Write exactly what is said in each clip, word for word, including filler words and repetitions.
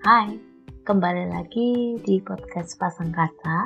Hai, kembali lagi di podcast Pasang Kata.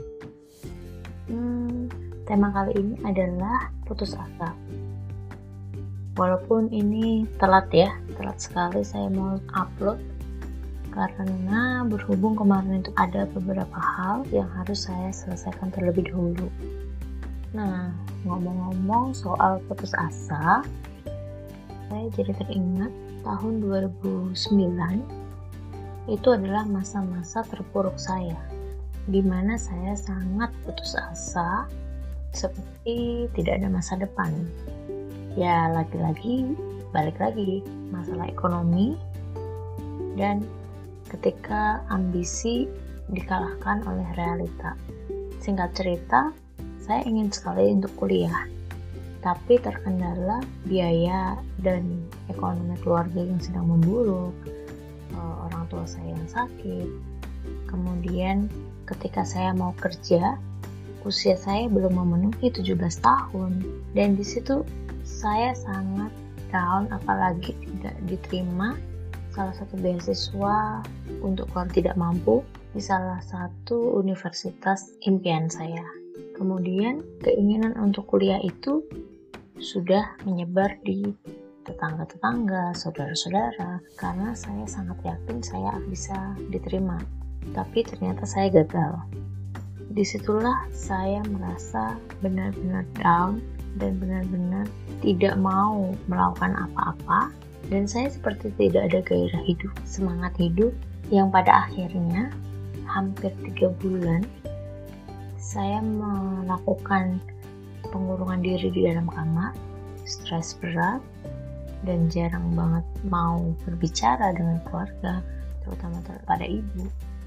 Hmm, tema kali ini adalah putus asa. Walaupun ini telat ya, telat sekali saya mau upload karena berhubung kemarin itu ada beberapa hal yang harus saya selesaikan terlebih dahulu. Nah, ngomong-ngomong soal putus asa, saya jadi teringat tahun dua ribu sembilan. Itu adalah masa-masa terpuruk saya, di mana saya sangat putus asa, seperti tidak ada masa depan. Ya, lagi-lagi, balik lagi, masalah ekonomi, dan ketika ambisi dikalahkan oleh realita. Singkat cerita, saya ingin sekali untuk kuliah, tapi terkendala biaya dan ekonomi keluarga yang sedang memburuk, orang tua saya yang sakit. Kemudian ketika saya mau kerja, usia saya belum memenuhi tujuh belas tahun, dan di situ saya sangat down, apalagi tidak diterima salah satu beasiswa untuk orang tidak mampu di salah satu universitas impian saya. Kemudian keinginan untuk kuliah itu sudah menyebar di tetangga-tetangga, saudara-saudara, karena saya sangat yakin saya bisa diterima, tapi ternyata saya gagal. Disitulah saya merasa benar-benar down dan benar-benar tidak mau melakukan apa-apa, dan saya seperti tidak ada gairah hidup, semangat hidup, yang pada akhirnya hampir tiga bulan saya melakukan pengurungan diri di dalam kamar, stres berat, dan jarang banget mau berbicara dengan keluarga, terutama pada ibu.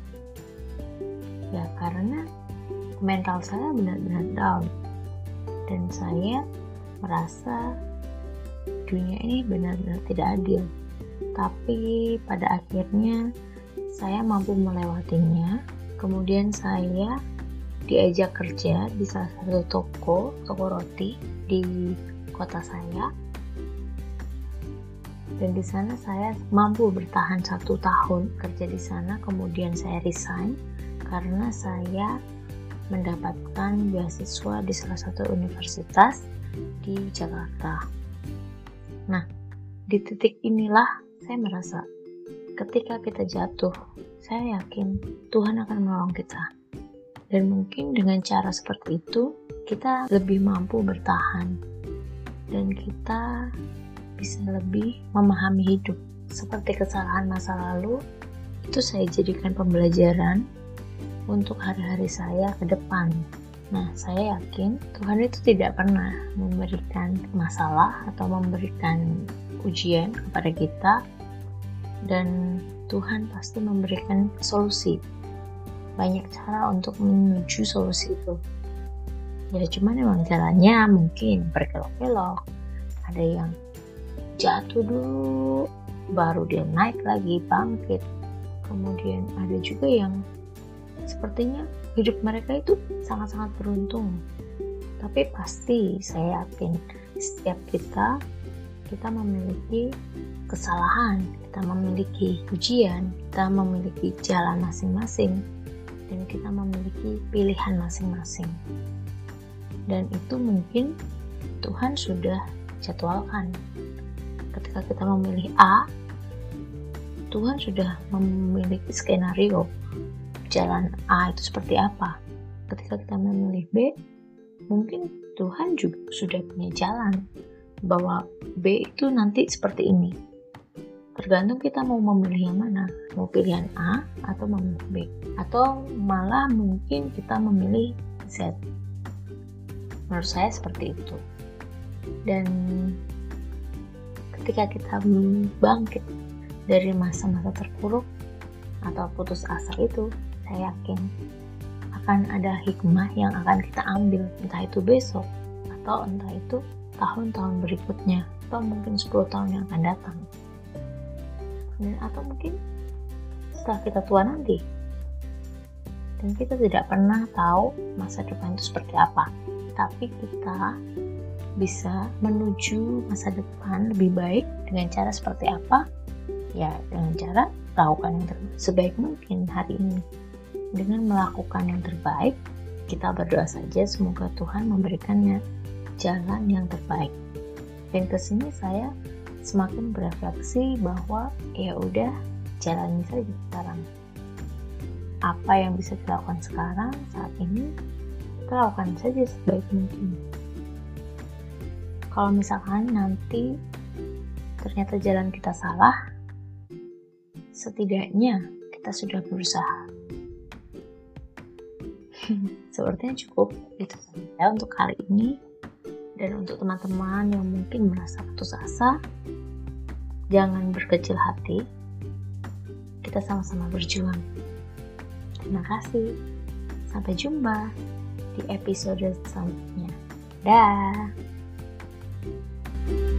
Ya, karena mental saya benar-benar down, dan saya merasa dunia ini benar-benar tidak adil. Tapi pada akhirnya saya mampu melewatinya. Kemudian saya diajak kerja di salah satu toko, toko roti di kota saya. Dan di sana saya mampu bertahan satu tahun kerja di sana. Kemudian saya resign karena saya mendapatkan beasiswa di salah satu universitas di Jakarta. Nah, di titik inilah saya merasa ketika kita jatuh, saya yakin Tuhan akan menolong kita. Dan mungkin dengan cara seperti itu, kita lebih mampu bertahan. Dan kita bisa lebih memahami hidup. Seperti kesalahan masa lalu, itu saya jadikan pembelajaran untuk hari-hari saya ke depan. Nah, saya yakin Tuhan itu tidak pernah memberikan masalah atau memberikan ujian kepada kita, dan Tuhan pasti memberikan solusi. Banyak cara untuk menuju solusi itu. Ya, cuman memang jalannya mungkin berkelok-kelok. Ada yang jatuh dulu, baru dia naik lagi, bangkit. Kemudian ada juga yang sepertinya hidup mereka itu sangat-sangat beruntung. Tapi pasti saya yakin setiap kita, kita memiliki kesalahan, kita memiliki ujian, kita memiliki jalan masing-masing, dan kita memiliki pilihan masing-masing. Dan itu mungkin Tuhan sudah jadwalkan. Ketika kita memilih A, Tuhan sudah memiliki skenario jalan A itu seperti apa. Ketika kita memilih B, mungkin Tuhan juga sudah punya jalan bahwa B itu nanti seperti ini. Tergantung kita mau memilih yang mana, mau pilihan A atau memilih B, atau malah mungkin kita memilih Z. Menurut saya seperti itu. Dan ketika kita bangkit dari masa-masa terpuruk atau putus asa itu, saya yakin akan ada hikmah yang akan kita ambil, entah itu besok atau entah itu tahun-tahun berikutnya, atau mungkin sepuluh tahun yang akan datang, dan atau mungkin setelah kita tua nanti. Dan kita tidak pernah tahu masa depan itu seperti apa, tapi kita bisa menuju masa depan lebih baik dengan cara seperti apa, Ya dengan cara lakukan yang terbaik sebaik mungkin hari ini. Dengan melakukan yang terbaik, kita berdoa saja semoga Tuhan memberikannya jalan yang terbaik. Dan kesini saya semakin berefleksi bahwa ya udah jalani saja sekarang. Apa yang bisa dilakukan sekarang saat ini, kita lakukan saja sebaik mungkin. Kalau misalkan nanti ternyata jalan kita salah, setidaknya kita sudah berusaha. Sepertinya cukup itu saja untuk kali ini. Dan untuk teman-teman yang mungkin merasa putus asa, jangan berkecil hati. Kita sama-sama berjuang. Terima kasih. Sampai jumpa di episode selanjutnya. Dah.